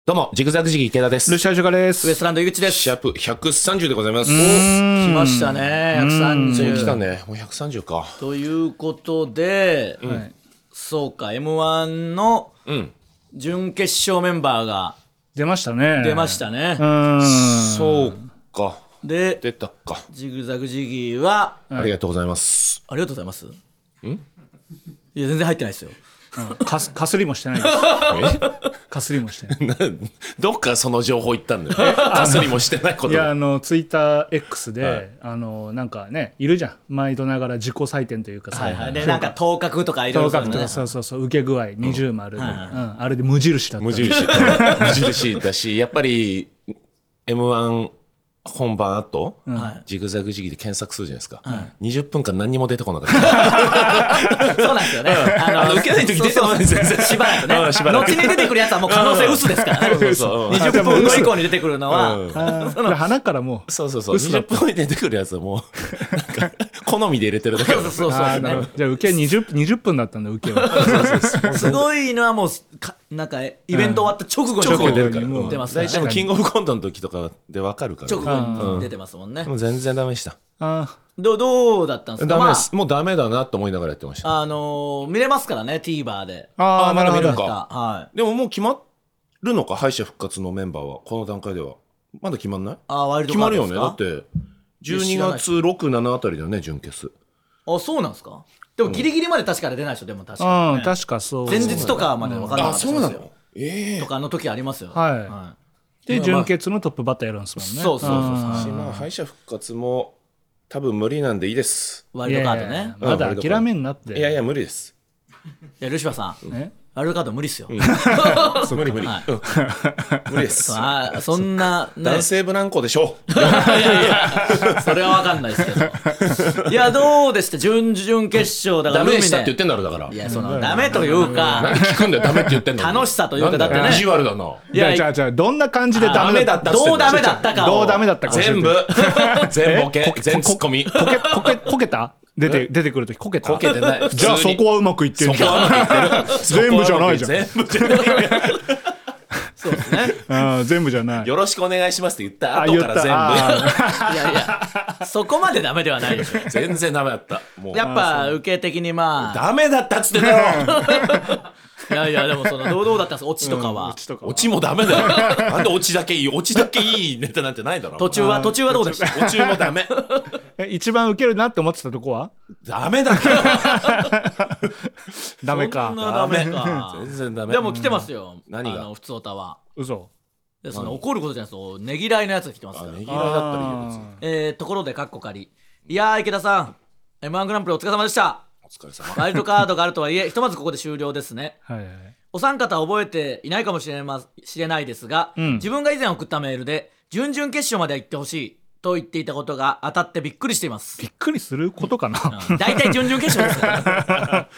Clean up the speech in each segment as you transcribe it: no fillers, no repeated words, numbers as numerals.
どうもジグザグジギー池田です。 ルシャジュガです。 ウエストランド井口です。 シャープ130でございます。 来ましたね、130。 来たね、もう130か。 ということで、そうか M1 の準決勝メンバーが出ましたね。 出ましたね。 そうか。 で出たか。 ジグザグジギーはありがとうございます。 ありがとうございます。いや全然入ってないですよ。 かすりもしてないです。かすりもしてない。 どっかその情報言ったんだよね。かすりもしてないこと。 いやツイッター X で、なんかねいるじゃん、毎度ながら自己採点というかさ、 でなんか頭角とかいろいろ頭角とかそう受け具合二重丸で、あれで無印だった。 無印だし、やっぱり M1 本番後、ジグザグジギーで検索するじゃないですか、20分間何にも出てこなかったそうなんですよね。 受けない時出てこない全然しばらくね。後に出てくるやつはもう可能性薄ですからね。20分後以降に出てくるのは鼻からもうそう20分後に出てくるやつはもうなんか好みで入れてるだけだ。 そうじゃあ受け20分だったんだ、受けは。 すごいのはもうなんかイベント終わった直後に出るから、 出ますね。 でもキングオブコントの時とかで分かるから、 直後に出てますもんね。 もう全然ダメでした。 どうだったんですか。 ダメです、もうダメだなと思いながらやってました。 見れますからね TVer で。 まだ見るか。 はい。 でももう決まるのか、敗者復活のメンバーはこの段階ではまだ決まんない？ ワイルド決まるよね。 カードですか。 だって12月6、7あたりだよね、準決。 そうなんですか。でもギリギリまで確か出ないでしょ。でも確かに、ね、 確かそう。 前日とかまで分からなかったですよ。 そうなの。 とかの時ありますよ。 はい。で準決のトップバッターやるんですもんね。 そう敗者復活も多分無理なんでいいです。 ワイルドカードね。 まだ諦めんなって。 いや無理です。 いやルシファーさん、ワイルドカード無理っすよ。 無理無理です。 そんな男性ブランコでしょ。 いやそれは分かんないですけど。いやどうでした、準々決勝だから。 ダメでしたって言ってんだろ。だからいやそのダメというか、 何聞くんだよ、ダメって言ってんの。 楽しさというか、だってね、 意地悪だな。 いやじゃあどんな感じでダメだった。 どうダメだったか。 どうダメだったか。 全ボケ全ツッコミ。 こけた。出てくるときこけた。 こけてない。 じゃあそこはうまくいってるじゃん。全部じゃないじゃん。 全部じゃない。 そうですね。 全部じゃない。 よろしくお願いしますって言った後から全部。 いやそこまでダメではないでしょ。 全然ダメだった。もうやっぱ受け的にダメだったっつってんだよ。 いやでもそのどうだったんですか、オチとかは。 オチもダメだよ。なんでオチだけいいネタなんてないだろ。 途中はどうでした。 途中もダメ。 一番ウケるなって思ってたとこはダメだ。 ダメか。 ダメか。 全然ダメ。 でも来てますよ。 何が？ 普通オタは。 嘘。 その怒ることじゃないです。ねぎらいのやつが来てますから。 ねぎらいだったらいいよ。 ところでカッコ仮。いやー池田さん、M1 グランプリお疲れ様でした。 お疲れ様。 ワイルドカードがあるとはいえ、ひとまずここで終了ですね。お三方覚えていないかもしれないですが、自分が以前送ったメールで準々決勝まで行ってほしいと言っていたことが当たってびっくりしています。 びっくりすることかな。 大体準々決勝ですから、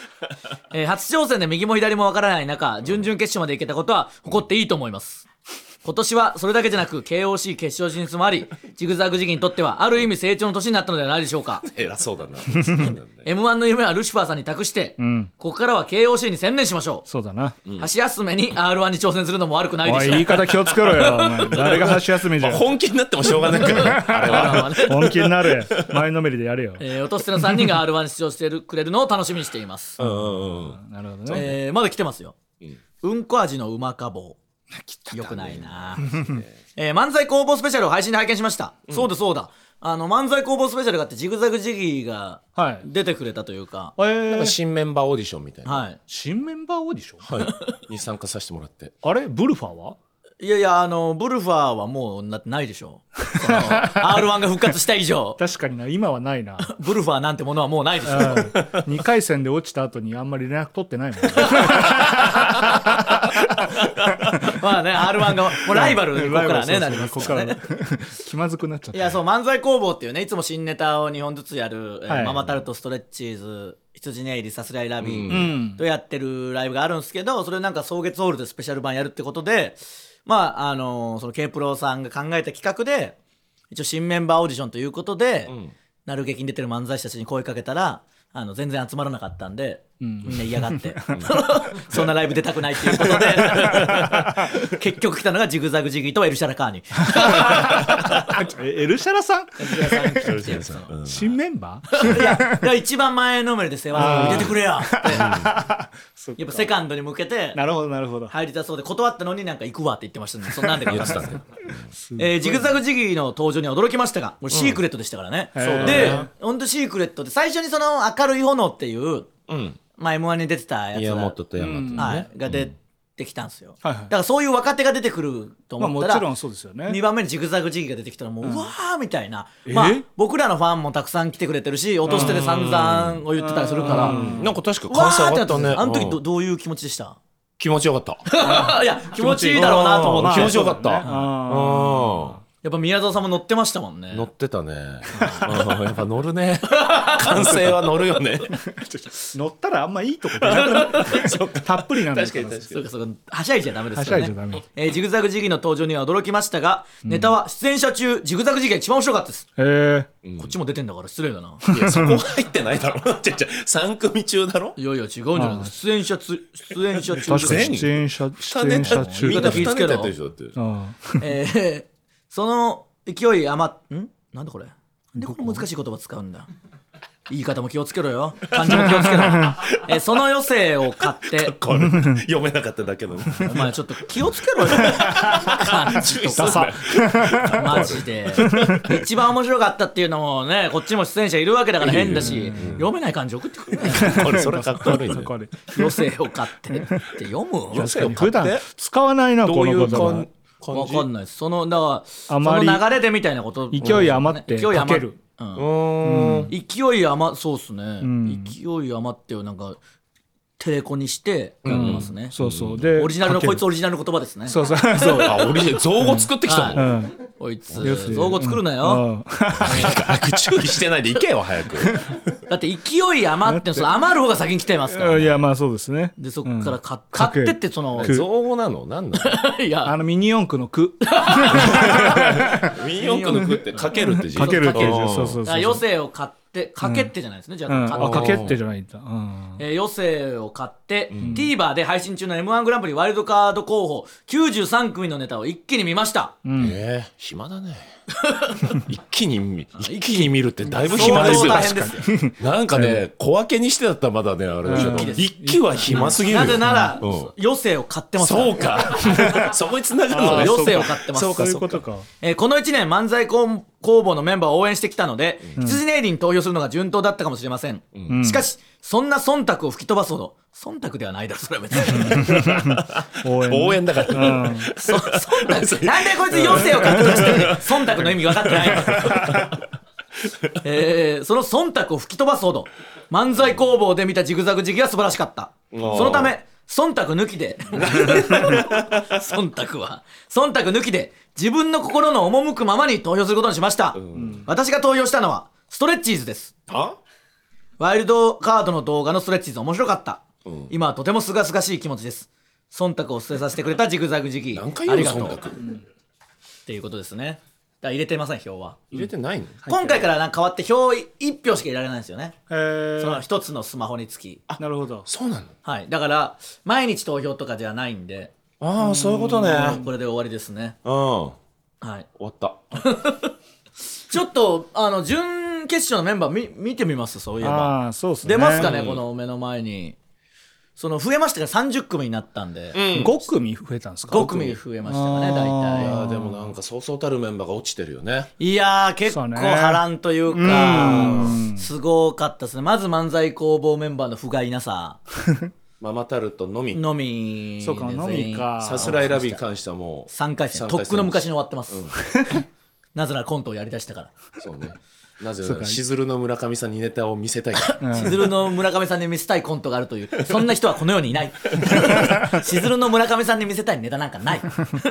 初挑戦で右も左もわからない中、準々決勝まで行けたことは誇っていいと思います。今年はそれだけじゃなく KOC 決勝進出もあり、ジグザグジギーにとってはある意味成長の年になったのではないでしょうか。 偉そうだな。 M1 の夢はルシファーさんに託して、ここからは KOC に専念しましょう。 そうだな。 箸休めに R1 に挑戦するのも悪くないでしょう。 言い方気をつけろよ。お前誰が箸休めじゃん。 本気になってもしょうがないからね。あれは本気になる。前のめりでやれよ。 落としての3人が R1 に出場してくれるのを楽しみにしています。 なるほどね。 まだ来てますよ。うんこ味のうまか棒。よくないな。漫才工房スペシャルを配信で拝見しました。そうだ。漫才工房スペシャルがあって、ジグザグジギーが出てくれたというか、 なんか新メンバーオーディションみたいな。 新メンバーオーディションに参加させてもらって。 あれブルファーは？ いやブルファーはもうないでしょ。R1 が復活した以上。 確かにな、今はないな。 ブルファーなんてものはもうないでしょ。 2回戦で落ちた後にあんまり連絡取ってないもんね。 まあね、R1 がもうライバルにここからねなりますからね。 気まずくなっちゃった。 いや漫才工房っていうね、いつも新ネタを2本ずつやる、ママタルト、ストレッチーズ、羊ネイリ、さすらいラビーとやってるライブがあるんですけど、それなんか草月ホールでスペシャル版やるってことで、その K プロさんが考えた企画で一応新メンバーオーディションということで、なる劇に出てる漫才師たちに声かけたら全然集まらなかったんで、 みんな嫌がってそんなライブ出たくないっていうことで結局来たのがジグザグジギーとエルシャラカーニエルシャラさんエルシャラさん新メンバーいやだから一番前のめりで世話さんに出てくれやってやっぱセカンドに向けてなるほどなるほど入りたそうで断ったのになんか行くわって言ってましたね。そんなんでか分かんないですけどジグザグジギーの登場には驚きましたがこれシークレットでしたからね、でほんとシークレットで最初にその明るい炎っていう、まあ、M1 に出てたやつ山本と山本ね、 が出てきたんですよ、だからそういう若手が出てくると思ったら、 もちろんそうですよね。 2番目にジグザグジギーが出てきたらもう、うわーみたいな、まあ、僕らのファンもたくさん来てくれてるし落としてで散々を言ってたりするから、 なんか確か関西上がったね。 あの時どういう気持ちでした？ 気持ちよかったいや気持ちいいだろうなと思って気持ちよかった。 やっぱ宮沢さんも乗ってましたもんね。 乗ってたね。やっぱ乗るね。完成は乗るよね。 乗ったらあんまいいとこ出なくなるたっぷりなんですから。 確かにそうかはしゃいじゃダメですからね。 はしゃいじゃダメ。 ジグザグジギーの登場には驚きましたが、ネタは出演者中ジグザグジギーが一番面白かったです。こっちも出てんだから失礼だな。 いやそこ入ってないだろ。3組中だろ。 いやいや違うんじゃない。出演者中確かに出演者中みんな2ネタやってるでしょだって。 その勢い余っなんだこれなんでこの難しい言葉使うんだ。言い方も気をつけろよ。漢字も気をつけろ。その余生を買って読めなかっただけの。 お前ちょっと気をつけろよ。漢字とかマジで一番面白かったっていうのもねこっちも出演者いるわけだから変だし読めない漢字送ってくれない。 それかっこ悪いね。 余生を買ってって読む。 余生を買普段って使わないなこの言葉。 わかんないです。だからその流れでみたいなこと。 勢い余ってかける。 勢い余そうっすね。勢い余ってをなんかテレコにしてやってますね。 そうそうでオリジナルのこいつオリジナルの言葉ですね。 そうオリジナル造語作ってきたの。 こいつ造語作るなよ。 注意してないで行けよ早く。 だって勢い余って余る方が先に来てますから。 いやまあそうですね。 でそこから買ってってその造語なのなんなの。 いやミニ四駆の句。 ミニ四駆の句ってかけるって字。 かけるって字。そう余生を買ってかけってじゃないですね。じゃあかけってじゃないんだ。 余生を買って TVer で配信中の M1 グランプリワイルドカード候補93組のネタを一気に見ました。 暇だね。一気に見るってだいぶ暇ですよ。なんかね小分けにしてだったらまだねあれだけど一気は暇すぎるよ。 なぜなら余生を買ってますから。 そうか。そこに繋がるのね。 余生を買ってます。 そういうことか。 この1年漫才工房のメンバーを応援してきたので羊ネイリに投票するのが順当だったかもしれません。しかしそんな忖度を吹き飛ばすほど忖度ではないだろそれは別に応援だから。 なんでこいつ余生を買って出してるのに忖度の意味分かってないの。その忖度を吹き飛ばすほど漫才工房で見たジグザグジギーは素晴らしかった。そのため忖度抜きで忖度抜きで自分の心の赴くままに投票することにしました。私が投票したのはストレッチーズです。ワイルドカードの動画のストレッチーズ面白かった。今はとてもすがすがしい気持ちです。忖度を捨てさせてくれたジグザグジギーありがとうっていうことですね。だから入れてません票は。 入れてないの。 今回からなんか変わって票1票しか入れられないんですよね。その一つのスマホにつき。 なるほど。 そうなの。 はい。だから毎日投票とかじゃないんで。 そういうことね。 これで終わりですね。 はい。 終わった。 ちょっと準決勝のメンバー見てみます。そういえば。 そうですね。 出ますかねこの目の前に。その増えましたから30組になったんで、 5組増えたんですか。 5組増えましたかね大体。 でもなんかそうそうたるメンバーが落ちてるよね。 いやー結構波乱というかすごかったですね。まず漫才工房メンバーの不甲斐なさ。 ママタルトのみそうかのみか。 さすらいラビーに関してはもう 3回戦とっくの昔に終わってます。なぜならコントをやりだしたから。 そうね。なぜならしずるの村上さんにネタを見せたいから。しずるの村上さんに見せたいコントがあるというそんな人はこの世にいない。しずるの村上さんに見せたいネタなんかない。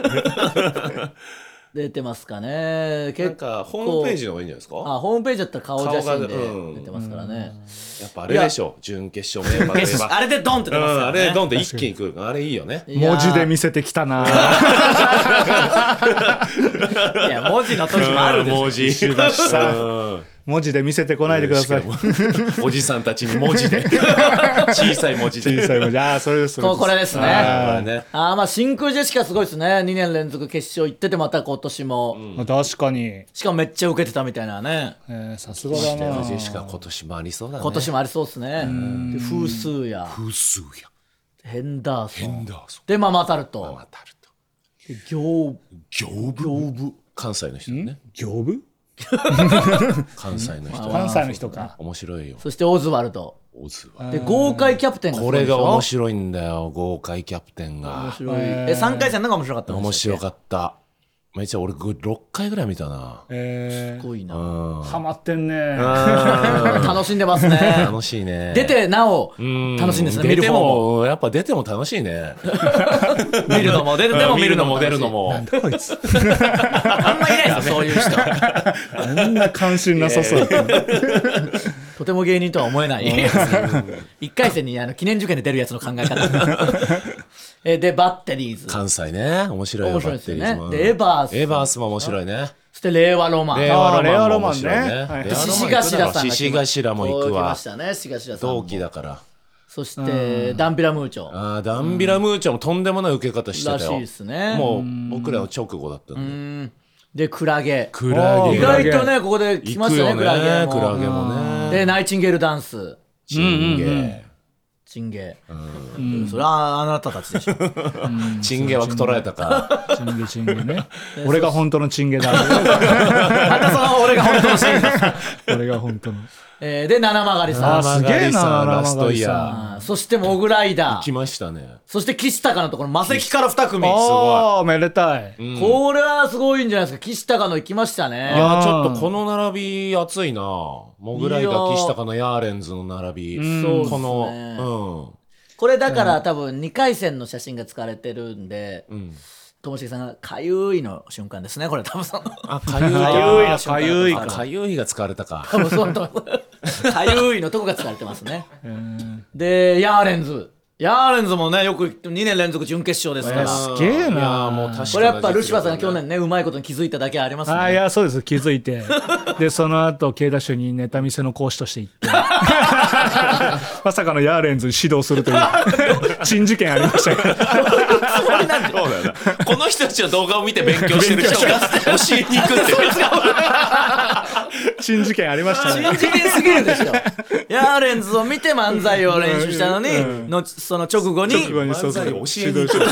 出てますかね。 なんかホームページの方がいいんじゃないですか。 ホームページだったら顔写真で出てますからね。 やっぱあれでしょ準決勝メンバーで言えばあれでドンって出ますからね。 あれでドンって一気に来る。あれいいよね。 文字で見せてきたな。いや文字の時もあるでしょ。 文字文字で見せてこないでください。 おじさんたちに文字で小さい文字で小さい文字。ああ、それです。 これですね。 あまあ真空ジェシカすごいですね。2年連続決勝行ってて、また今年も、 確かに。 しかもめっちゃ受けてたみたいなね。 さすがだな。 ジェシカ今年もありそうだね。 今年もありそうですね。で風数やヘンダーソンでママタルト行部関西の人ね。 行部関西の人。 関西の人か。 面白いよ。 そしてオズワルドで豪快キャプテンがこれが面白いんだよ。豪快キャプテンが面白い。3回戦のが面白かったんです。 面白かった。めっちゃ俺6回ぐらい見たな。 すごいな。 ハマってんね。 楽しんでますね。 楽しいね。 出てなお楽しいんですね。見る方もやっぱ出ても楽しいね。 見るのも出ても見るのも出るのも。 あんまいないですよそういう人。 あんな関心なさそう。 とても芸人とは思えない。1回戦に記念受験で出るやつの考え方。でバッテリーズ関西ね。面白いよ。 面白いですよね。でエバースも面白いね。 そして令和ロマン。 令和ロマンね。 獅子頭さんが獅子頭も行くわ。 同期だから。 そしてダンビラムーチョ。 ダンビラムーチョもとんでもない受け方してたよ。 らしいですね。 もう僕らの直後だったんで。 でクラゲ。 意外とねここで来ましたね。クラゲもね。 でナイチンゲールダンス。 チンゲー。それはあなたたちでしょ。 チンゲ枠取られたか。 チンゲね。俺が本当のチンゲだ。 またその俺が本当のチンゲ。 俺が本当の。 で七曲さん。 すげえなラストイヤー。そしてモグライダー。 来ましたね。 そして岸高のところ魔石から2組。 すごい。めでたい。 これはすごいんじゃないですか。岸高の行きましたね。 いやちょっとこの並び熱いな。モグライダー、岸高のヤーレンズの並び。このこれだから多分2回戦の写真が使われてるんで、ともしげさんがかゆいの瞬間ですね。これ多分そのかゆいが使われたか。 多分そうだと思う。かゆいのとこが使われてますね。でヤーレンズもねよく2年連続準決勝ですから。 すげえな。 もう確かにこれやっぱルシファーさんが去年ねうまいことに気づいただけありますね。 いやそうです。気づいてでその後 K ダッシュにネタ見せの講師として行ってまさかのヤーレンズに指導するという珍事件ありましたけど。 そうだよな。この人たちの動画を見て勉強してる人が教えに行くって珍事件ありましたね。 珍事件すぎるでしょ。ヤーレンズを見て漫才を練習したのに、その直後に漫才を教えに行く。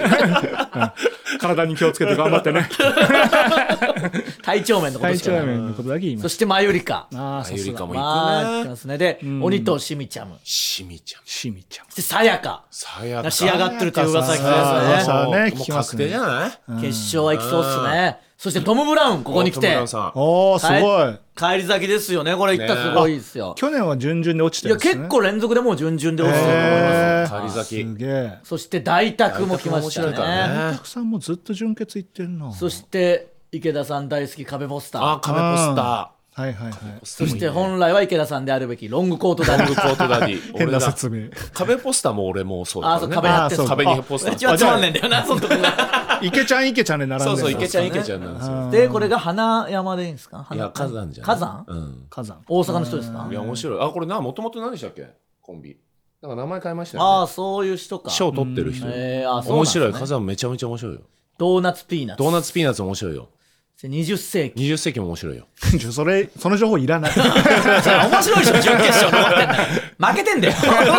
体に気をつけて頑張ってね。 体調面のことしかない。 体調面のことだけ言います。 そしてマユリカ。 マユリカも行くね。 で鬼とシミちゃむ。 シミちゃん。 そしてさやか。が仕上がってるという噂聞きますね。もう確定じゃない？ 決勝は行きそうっすね。そしてトム・ブラウンここに来て。 おーすごい。 帰り咲きですよね。これ行ったらすごいですよ。 去年は準々で落ちてるんですね。 いや結構連続でもう準々で落ちてると思います。 帰り咲き。 すげえ。 そして大宅も来ましたね。 大宅さんもずっと準決行ってるな。 そして池田さん大好き壁ポスター。 壁ポスター。 はいはいはい。 そして本来は池田さんであるべきロングコートダディ。 変な説明。 壁ポスターも俺もそうだからね。 壁やって壁にポスター。 一番つまんねんだよなそのとこが。 池ちゃんで並んでる。 そうそう池ちゃんなんですよ。 でこれが花山でいいんですか？ いや火山じゃん。 火山？大阪の人ですか？ いや面白い。これもともと何でしたっけ？コンビ。だから名前変えましたよね。 そういう人か。 賞取ってる人。面白い。火山めちゃめちゃ面白いよ。 ドーナツピーナッツ面白いよ。 20世紀も面白いよ。 その情報いらない。 面白いでしょ準決勝残ってんだ負けてんだよ。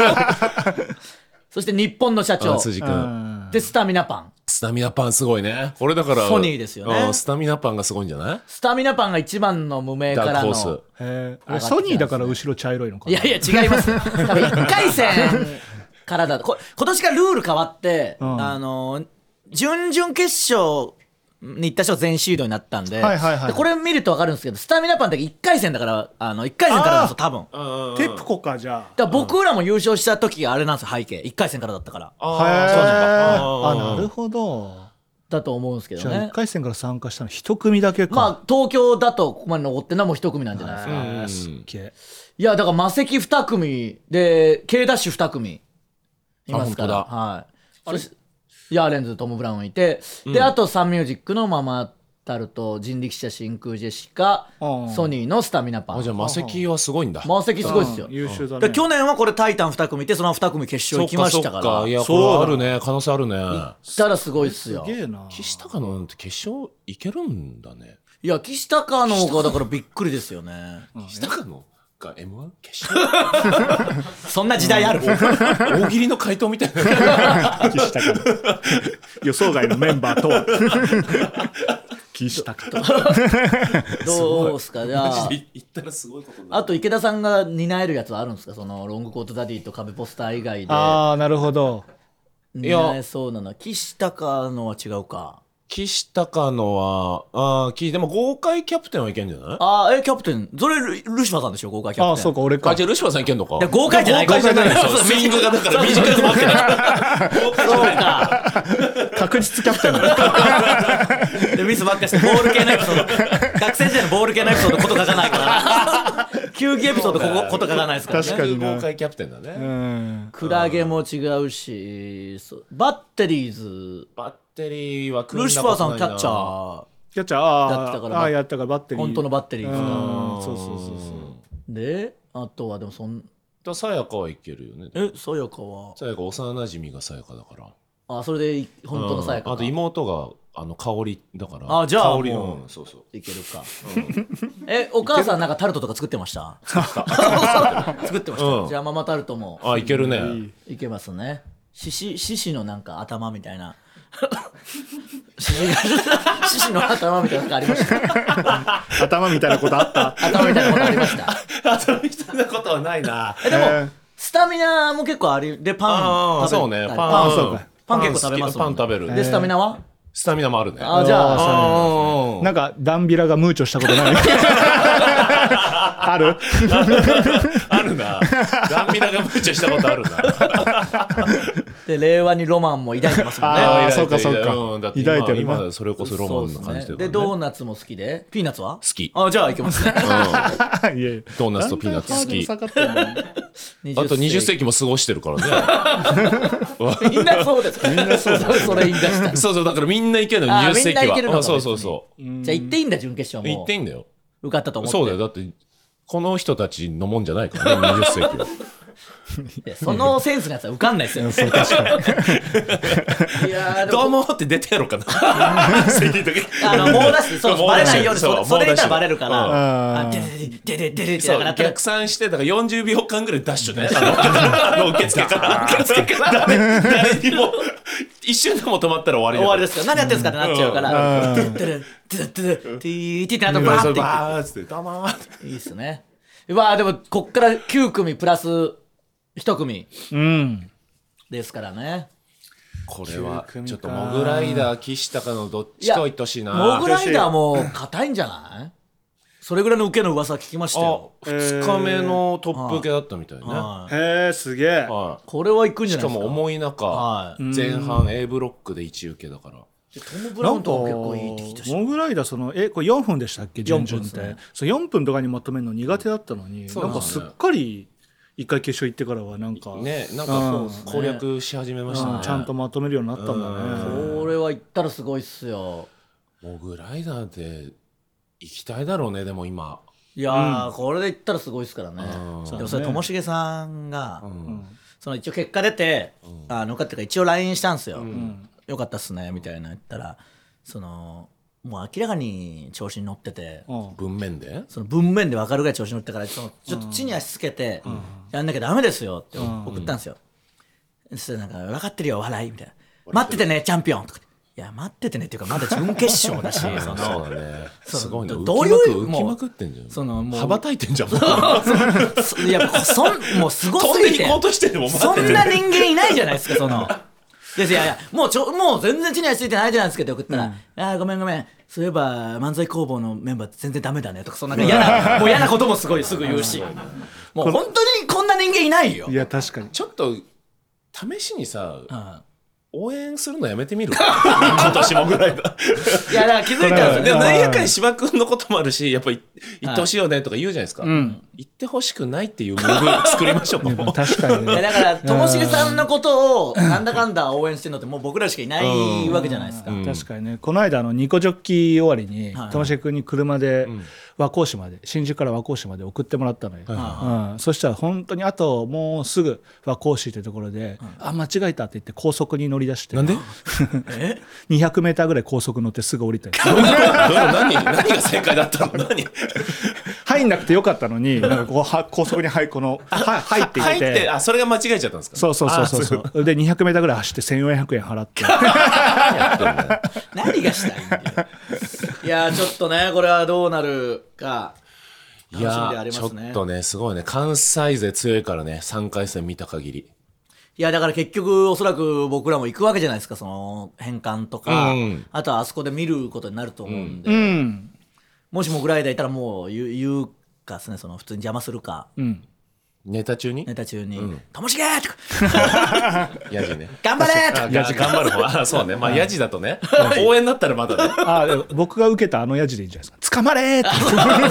そして日本の社長辻君でスタミナパンすごいね。これだからソニーですよね。 スタミナパンがすごいんじゃない？ スタミナパンが一番の無名からのソニーだから後ろ茶色いのかな。 いや違います。多分1回戦からだと今年からルール変わって準々決勝に行った人が全シードになったんで、これ見ると分かるんですけどスタミナパンだけ1回戦だから1回戦からなんですよ多分。 テプコかじゃあ。 だから僕らも優勝した時があれなんですよ背景1回戦からだったから。 なるほど。 だと思うんですけどね。 じゃあ1回戦から参加したの1組だけか。 まあ東京だとここまで残ってるのはもう1組なんじゃないですか。 すっげえ。 いやだから魔石2組で K ダッシュ2組いますから。はい。ヤーレンズトム・ブラウンいて、であとサンミュージックのママタルト、人力車真空ジェシカ、ソニーのスタミナパン。 じゃあ魔石はすごいんだ。 魔石すごいですよ。 優秀だね。 去年はこれタイタン2組いて、その2組決勝行きましたから。 いや、これあるね、可能性あるね。 したらすごいっすよ。 すげえな。 岸高野なんて決勝いけるんだね。 いや、岸高野がだからびっくりですよね。 岸高野が M1 決勝そんな時代ある。 大喜利の回答みたいな。 岸高野予想外のメンバーと岸高野どうすか。じゃあ言ったらすごいことになる。 あと池田さんが担えるやつはあるんですか、そのロングコートダディと壁ポスター以外で。 ああなるほど。 担えそうなの。岸高野は違うか。 岸高野はでも豪快キャプテンはいけんじゃない？ キャプテンそれルシファーさんでしょ、豪快キャプテン。 ああそうか、俺か。 じゃあルシファーさんいけんのか。 いや豪快じゃない、 豪快じゃないですよ。スイングがだから短くなってない。豪快じゃないか。 確実キャプテンだ。 でミスばっかしてボール系のエピソード、学生時代のボール系のエピソードこと書かないから球技エピソードこと書かないですからね。 確かにな。 豪快キャプテンだね。 クラゲも違うし、バッテリーズはルシファーさんキャッチャーキャッチャーやってたからやったからバッテリー本当のバッテリーズそうで、あとはでもさやかはいけるよね。 さやかは幼なじみがさやかだから。 それで本当のさやかか。 あと妹が香りだから。 じゃあ香りもうそうそういけるか。お母さんなんかタルトとか作ってました？作ってました。じゃあママタルトもいけるね。 いけますね。獅子のなんか頭みたいな獅子の頭みたいなのがありました。 頭みたいなことあった？ 頭みたいなことありました。 頭みたいなことはないな。 でもスタミナも結構ありで、パンそうね、 パン結構食べますもんね。 パン食べる。 でスタミナは？ スタミナもあるね。 じゃあなんかダンビラがムーチョしたことない？ある？ あるな。ダンビラがムーチョしたことあるな。 で令和にロマンも抱いてますもんね。 そうかそうか。 抱いてる。今それこそロマンの感じで。 でドーナツも好きで、ピーナッツは？ 好き。 じゃあいけますね。 ドーナツとピーナッツ好き。あと20世紀も過ごしてるからね。 みんなそうですか。みんなそうそれ言い出した。 そうだからみんないけるの20世紀は。そう。 じゃあ行っていいんだ、準決勝も。 行っていいんだよ。 受かったと思って。 そうだよ。だってこの人たちのもんじゃないからね、20世紀は。 そのセンスのやつは受かんないですよ。 そう確かに。 どうもって出てやろうかな。 猛ダッシュ、バレないように、それ言ったらバレるから。で逆算してだから40秒間ぐらいダッシュね。受付から誰にも一瞬でも止まったら終わりですから、何やってんすかってなっちゃうから。ティーってあとバーっていいっすね。でもこっから9組プラス1組ですからね。 これはちょっとモグライダー岸高のどっちかを言ってほしいな。 モグライダーも硬いんじゃない？それぐらいの受けの噂聞きましたよ。 2日目のトップ受けだったみたいね。 へえ、すげえ。 これは行くんじゃないですか。 しかも重い中、前半 A ブロックで1受けだから。 トム・ブラウンとか結構いいって聞いたし。 モグライダーこれ4分でしたっけ、準々って。4分とかにまとめるの苦手だったのに、なんかすっかり一回決勝行ってからはなんか攻略し始めましたね。 ちゃんとまとめるようになったんだね。 これは行ったらすごいっすよ。 モグライダーで行きたいだろうね。でも今いやこれで行ったらすごいっすからね。でもそれともしげさんがその一応結果出てよかったから一応 LINE したんすよ。よかったっすねみたいな言ったら、もう明らかに調子に乗ってて、 文面でその文面で分かるぐらい調子に乗ってから、ちょっと地に足つけてやんなきゃダメですよって送ったんですよ。それなんか分かってるよ笑いみたいな、待っててねチャンピオンとか、いや待っててねっていうかまだ準決勝だしそうだね、すごいね、 どういう浮きまくってんじゃん、 もう羽ばたいてんじゃん、もういやもうすごすぎて、 飛んでいこうとしてでもそんな人間いないじゃないですか。いやもう全然地に足ついてないじゃないですかって送ったら、ごめんそういえば漫才工房のメンバー全然ダメだねとか、そんな嫌なこともすごいすぐ言うし、もう本当にこんな人間いないよ。 いや確かにちょっと試しにさ、 応援するのやめてみる今年もぐらいだいやだから気づいたんですよ。 でも何やかん芝君のこともあるし、やっぱり行ってほしいよねとか言うじゃないですか、行ってほしくないっていうムーブ作りましょう確かにね。 だからともしげさんのことをなんだかんだ応援してるのってもう僕らしかいないわけじゃないですか。 確かにね。この間ニコジョッキ終わりにともしげ君に車で和光市まで、新宿から和光市まで送ってもらったのよ、そしたら本当にあともうすぐ和光市ってところで、あ間違えたって言って高速に乗り出して、 なんで 200メーターぐらい高速乗ってすぐ降りたり何が正解だったの何入んなくてよかったのに、なんかこう高速に入っていて、 それが間違えちゃったんですか。 そうで200メーターぐらい走って1400円払って何がしたいんだよ。いやちょっとねこれはどうなるか楽しみでありますね。 ちょっとねすごいね、関西勢強いからね、3回戦見た限り。 いやだから結局おそらく僕らも行くわけじゃないですか、その返還とか、あとはあそこで見ることになると思うんで、もしモグライダーいたらもう言うかですね、その普通に邪魔するか、 ネタ中にともしげーとかヤジね頑張れーとか頑張る方そうね、まあヤジだとね応援だったらまだねでも僕が受けたヤジでいいんじゃないですか。捕まれーって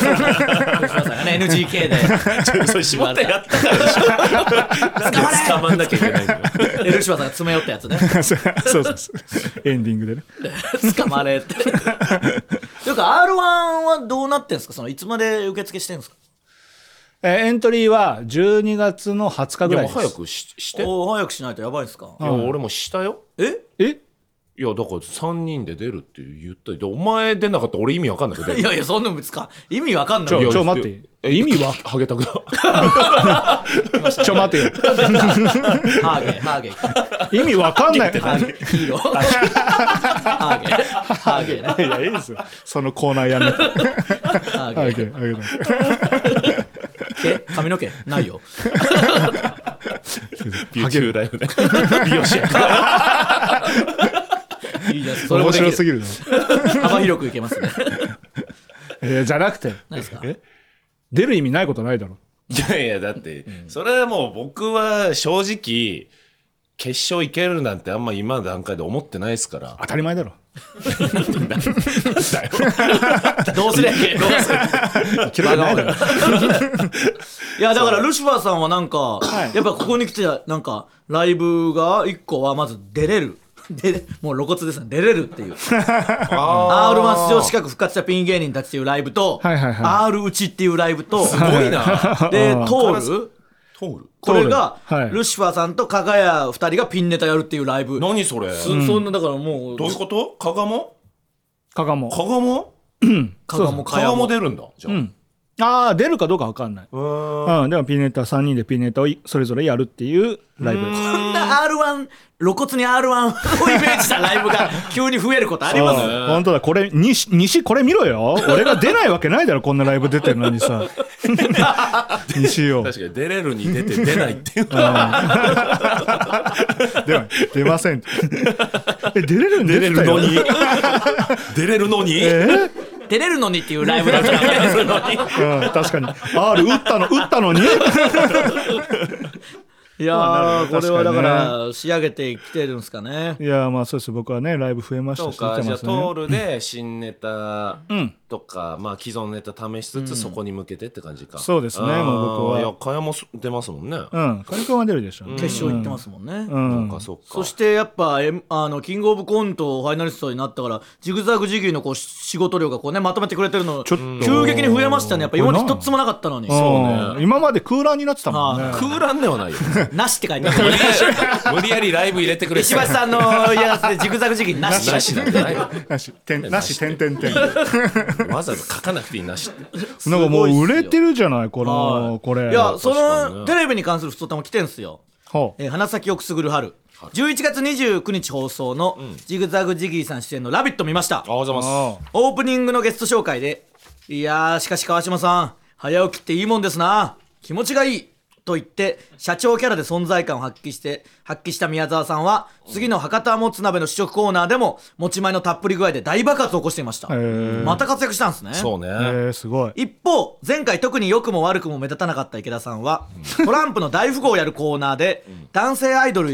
NGK でそれ絞ってやったからでしょ捕まんなきゃいけないんだよルシファーさんが詰め寄ったやつねそうエンディングでね捕まれってというか R1 はどうなってんですか、そのいつまで受付してんですか。 エントリーは12月の20日ぐらいです。 早くして早くしないとやばいですか。 いや俺もしたよ。いやだから3人で出るって言ったりで、お前出なかったら俺意味わかんないけどいやそんなのか意味わかんない。 ちょ待って意味はハゲタクだちょ待てよハーゲ意味わかんないヒーローハーゲね。 いやいいですよそのコーナーやめてハーゲ髪の毛ないよビューティーライフね美容師やからいいじゃん、それも面白すぎる幅広くいけますねじゃなくて何ですか。 出る意味ないことないだろ。 いやだってそれはもう僕は正直決勝いけるなんてあんま今の段階で思ってないですから。 当たり前だろどうすりゃいけいやだからルシファーさんはなんか、やっぱここに来てなんかライブが1個はまず出れるもう露骨ですね、出れるっていうR1 出場資格復活したピン芸人たちっていうライブと、R 打ちっていうライブと、 すごいなでこれがルシファーさんと加賀谷2人がピンネタやるっていうライブ。 何それ、 そんなだからもうどういうこと。加賀も加賀も出るんだじゃ出るかどうか分かんない。でもピンネタ3人でピンネタをそれぞれやるっていうライブ。 こんな R1 露骨に R1 をイメージしたライブが急に増えることありますね。 本当だ、これ西これ見ろよ。俺が出ないわけないだろ、こんなライブ出てるのにさ西よ。 確かに出れるに出て出ないっていう出ません出れるのに出れるのに出れるのにっていうライブだったら確かに R 打ったのにいやー、これはだから仕上げてきてるんですかね。 いやまあそうです、僕はねライブ増えましたし。 そうか、じゃあトールで新ネタとか、まあ既存ネタ試しつつそこに向けてって感じか。 そうですね、もう僕は。 いや加谷も出ますもんね。 加谷君は出るでしょ。 決勝行ってますもんね。 そうか。 そしてやっぱキングオブコントファイナリストになったからジグザグジギーのこう仕事量がこうねまとめてくれてるのちょっと急激に増えましたね。やっぱ今まで一つもなかったのに。 そうね。今まで空欄になってたもんね。 空欄ではないよ。 なしって書いてある。 無理やりライブ入れてくれ。 石橋さんのやつでジグザグジギーなし。 なしなんじゃないよ。 なし点わざわざ書かなくていいなしって。 なんかもう売れてるじゃないこれ。 いやそのテレビに関する普通歌も来てんすよ。花咲をくすぐる春。11月29日放送のジグザグジギーさん出演の「ラビット!」見ました。 ありがとうございます。 オープニングのゲスト紹介で「いやーしかし川島さん早起きっていいもんですな、気持ちがいい」と言って社長キャラで存在感を発揮した宮沢さんは次の博多もつ鍋の試食コーナーでも持ち前のたっぷり具合で大爆発を起こしていました。また活躍したんですね。 そうね、 すごい。 一方前回特に良くも悪くも目立たなかった池田さんはトランプの大富豪をやるコーナーで男性アイドルや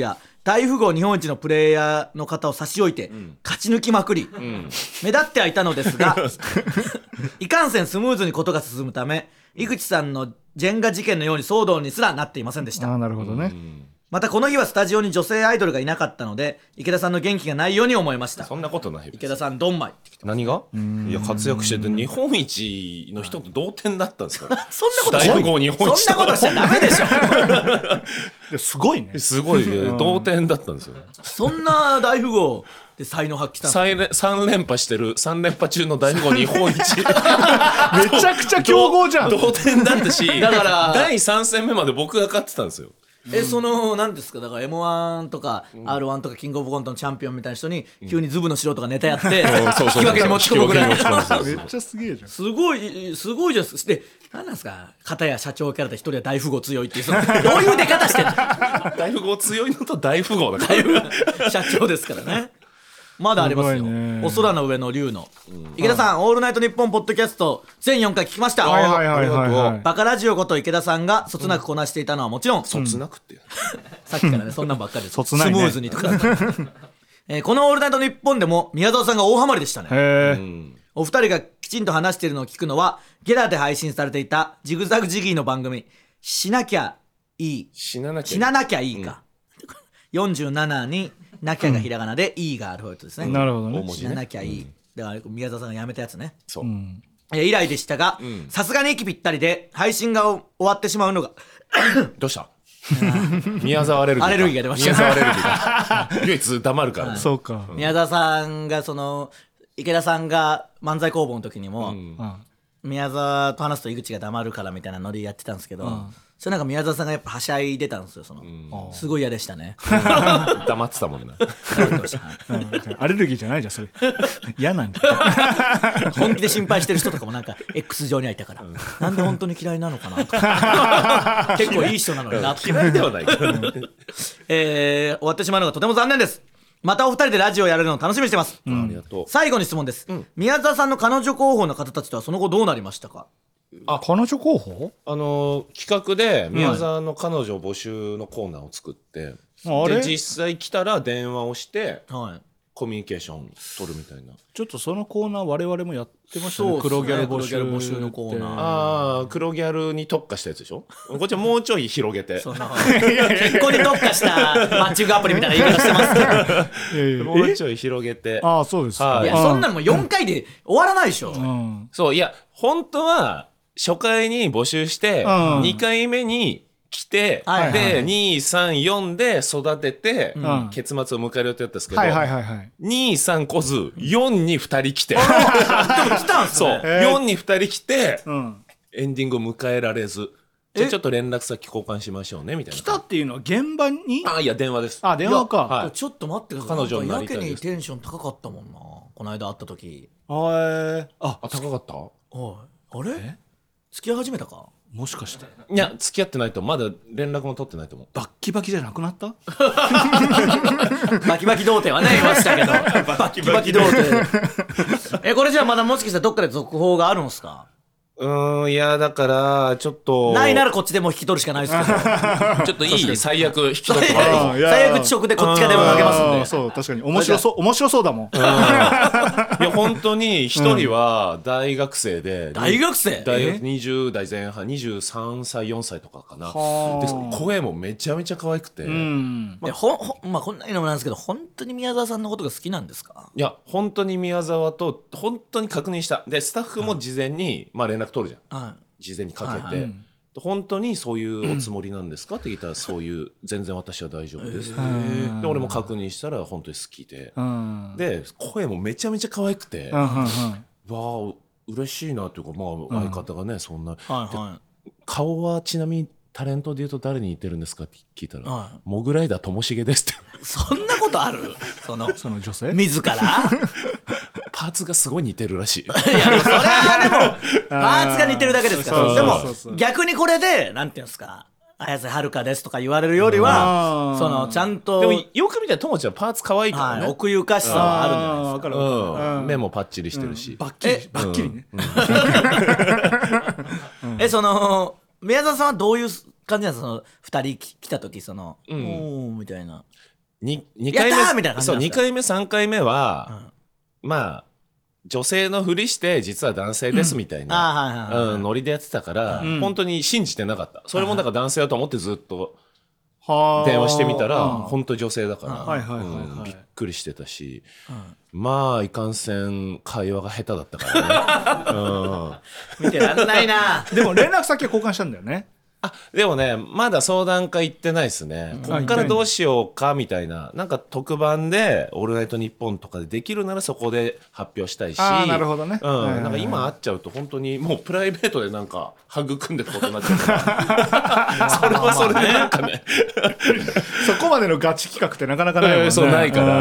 大富豪日本一のプレイヤーの方を差し置いて、勝ち抜きまくり、目立ってはいたのですがいかんせんスムーズにことが進むため、井口さんのジェンガ事件のように騒動にすらなっていませんでした。 なるほどね。 またこの日はスタジオに女性アイドルがいなかったので、池田さんの元気がないように思いました。 そんなことない。 池田さんドンマイ。 何が？いや活躍してて日本一の人と同点だったんですから。 そんなこと大富豪日本一そんなことしちゃダメでしょすごいね。 すごい同点だったんですよ。 そんな大富豪で才能発揮したんです 3連覇してる3連覇中の大富豪日本一めちゃくちゃ強豪じゃん。 同点だったし、 だから第3戦目まで僕が勝ってたんですよ。 その何ですか、だから M1 とか R1 とかキングオブコントのチャンピオンみたいな人に急にズブの素人がネタやって引き分けに持ち込むぐらいめっちゃすげえじゃん。 すごいじゃないですか。で何なんですか、片や社長キャラで一人は大富豪強いっていう、そのどういう出方してんの大富豪強いのと大富豪だから社長ですからね。まだありますよ。 すごいねお空の上の竜の、池田さん、オールナイトニッポンポッドキャスト全4回聞きました。バカラジオこと池田さんがそつなくこなしていたのはもちろん、 そつなくってさっきからねそんなんばっかりですそつないねスムーズにとかこのオールナイトニッポンでも宮沢さんが大ハマりでしたね。 へえ。 お二人がきちんと話しているのを聞くのはゲラで配信されていたジグザグジギーの番組しなきゃいい死ななきゃいいか、47になきゃがひらがなで、いいがアルファベットですね。 なるほどね。 死ななきゃいい、だから宮沢さんがやめたやつね。 そう、 以来でしたが、さすがに息ぴったりで配信が終わってしまうのがどうした宮沢アレルギーが出ました。 宮沢アレルギーが唯一黙るから、 そうか。 宮沢さんがその池田さんが漫才工房の時にも、宮沢と話すと井口が黙るからみたいなノリやってたんですけど、それなんか宮沢さんがやっぱはしゃいでたんですよ。そのすごい嫌でしたね。 黙ってたもんなアレルギーじゃないじゃんそれ。嫌なんだ。 本気で心配してる人とかもなんか X 上にはいたから、なんで本当に嫌いなのかなとか結構いい人なのになって嫌いではないから終わってしまうのがとても残念です。またお二人でラジオやれるのを楽しみにしてます。 ありがとう。 最後に質問です。宮沢さんの彼女候補の方たちとはその後どうなりましたか？ 彼女候補？ 企画で宮沢の彼女募集のコーナーを作って、で実際来たら電話をして、コミュニケーション取るみたいな。 ちょっとそのコーナー我々もやってましたね。黒ギャル募集のコーナー。 ああ、黒ギャルに特化したやつでしょ。こっちはもうちょい広げて結婚に特化したマッチングアプリみたいな言い方してますけどもうちょい広げて。 ああ、そうですか。 いやそんなのもう4回で終わらないでしょ。 そういや本当は初回に募集して2回目に来て、で234で育てて、結末を迎える予定だったんですけど、23来ず4に2人来て、でも来たんすね。 そう4に2人来て、エンディングを迎えられず、じゃあちょっと連絡先交換しましょうねみたいな。 来たっていうのは現場に？ いや電話です。 電話か。 ちょっと待ってください。 彼女になりたいです。 やけにテンション高かったもんな、この間会った時。 高かった？ あれ付き合い始めたか？ もしかして。 いや付き合ってないと、まだ連絡も取ってないと思う。 バッキバキじゃなくなった？ バキバキ童貞はねいましたけどバキバキ童貞これじゃあまだもしかしたらどっかで続報があるんすか？ いやだからちょっとないならこっちでも引き取るしかないですけどちょっといい最悪引き取ってもらおう。 最悪遅刻でこっちが電話かけますんで。 そう確かに面白そうだもん。 いや本当に一人は大学生で、 大学生 20代前半23歳4歳とかかな。で声もめちゃめちゃ可愛くて、 まあこんなにもなんですけど、本当に宮沢さんのことが好きなんですか？ いや本当に宮沢と本当に確認した。でスタッフも事前に、連絡取るじゃん、事前にかけて、本当にそういうおつもりなんですかって聞いたら、そういう全然私は大丈夫です、で俺も確認したら本当に好きで、で声もめちゃめちゃ可愛くて、わあ嬉しいなっていうか、相方がねそんな、顔はちなみにタレントでいうと誰に似てるんですかって聞いたら、モグライダーともしげですって。 そんなことある？その女性自らパーツがすごい似てるらしい。いやそれはでもパーツが似てるだけですから。でも逆にこれでなんていうんですか、綾瀬はるかですとか言われるよりは、そのちゃんとでもよく見たらともちゃんパーツ可愛いからね、 奥ゆかしさはあるんじゃないですか。 目もパッチリしてるし、 バッキリね。 その宮沢さんはどういう感じなんですか？その2人来た時、そのおーみたいな。 2 回目回目みたいな感じそう2回目3回目は、まあ女性のふりして実は男性ですみたいなノリでやってたから、本当に信じてなかった。それもだから男性だと思ってずっと電話してみたら本当女性だからびっくりしてたし、まあいかんせん会話が下手だったからね見てらんないな。 でも連絡先は交換したんだよね。 でもねまだ相談会行ってないですね。こっからどうしようかみたいな、なんか特番で「オールナイトニッポン」とかでできるならそこで発表したいし。 なるほどね。 なんか今会っちゃうと本当にもうプライベートでなんか育んでることになっちゃうからそれはそれでなんかねそこまでのガチ企画ってなかなかないもんね。 そうないから、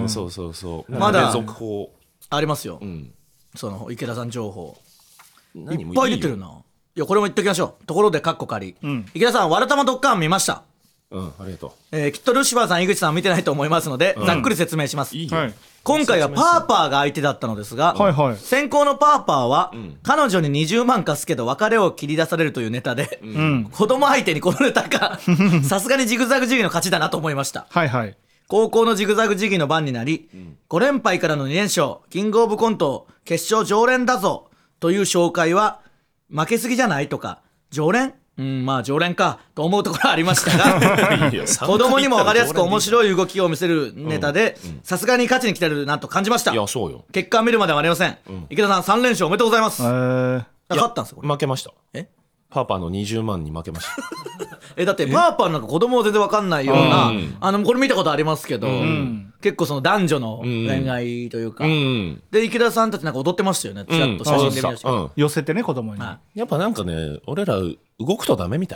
そうまだ続報ありますよ、その池田さん情報いっぱい出てるな。いやこれも言っときましょう。ところでカッコ仮、池田さんわらたまドッカン見ました。 ありがとう。きっとルシファーさん井口さんは見てないと思いますので、ざっくり説明します。 いいよ。 今回はパーパーが相手だったのですが、先行のパーパーは、彼女に20万貸すけど別れを切り出されるというネタで、子供相手にこのネタかさすがにジグザグジギーの勝ちだなと思いました。高校のジグザグジギーの番になり、5連敗からの2連勝、キングオブコント決勝常連だぞという紹介は負けすぎじゃないとか、常連まあ常連かと思うところはありましたが子供にも分かりやすく面白い動きを見せるネタでさすがに勝ちに来てるなと感じました。 いやそうよ。 結果を見るまではありません、池田さん3連勝おめでとうございます。勝ったんですか？ 負けました。パーパーの20万に負けましただってパーパーなんか子供は全然分かんないような、これ見たことありますけど、結構その男女の恋愛というか、で池田さんたちなんか踊ってましたよね。ちらっと写真で見ました。 寄せてね子供に。 やっぱなんかね俺ら動くとダメみたい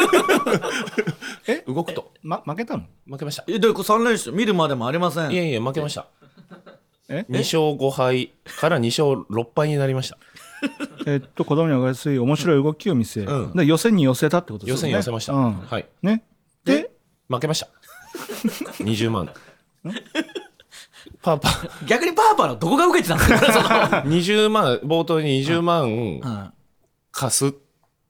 動くと負けたの？ 負けました。 で3連勝見るまでもありません。 いや負けました。2勝5敗から2勝6敗になりました。 子供に分かりやすい面白い動きを見せ、予選に寄せたってことですね。 予選に寄せました。はいね。で負けました20万パーパー逆にパーパーのどこが受けてたんですか 20万冒頭に20万貸す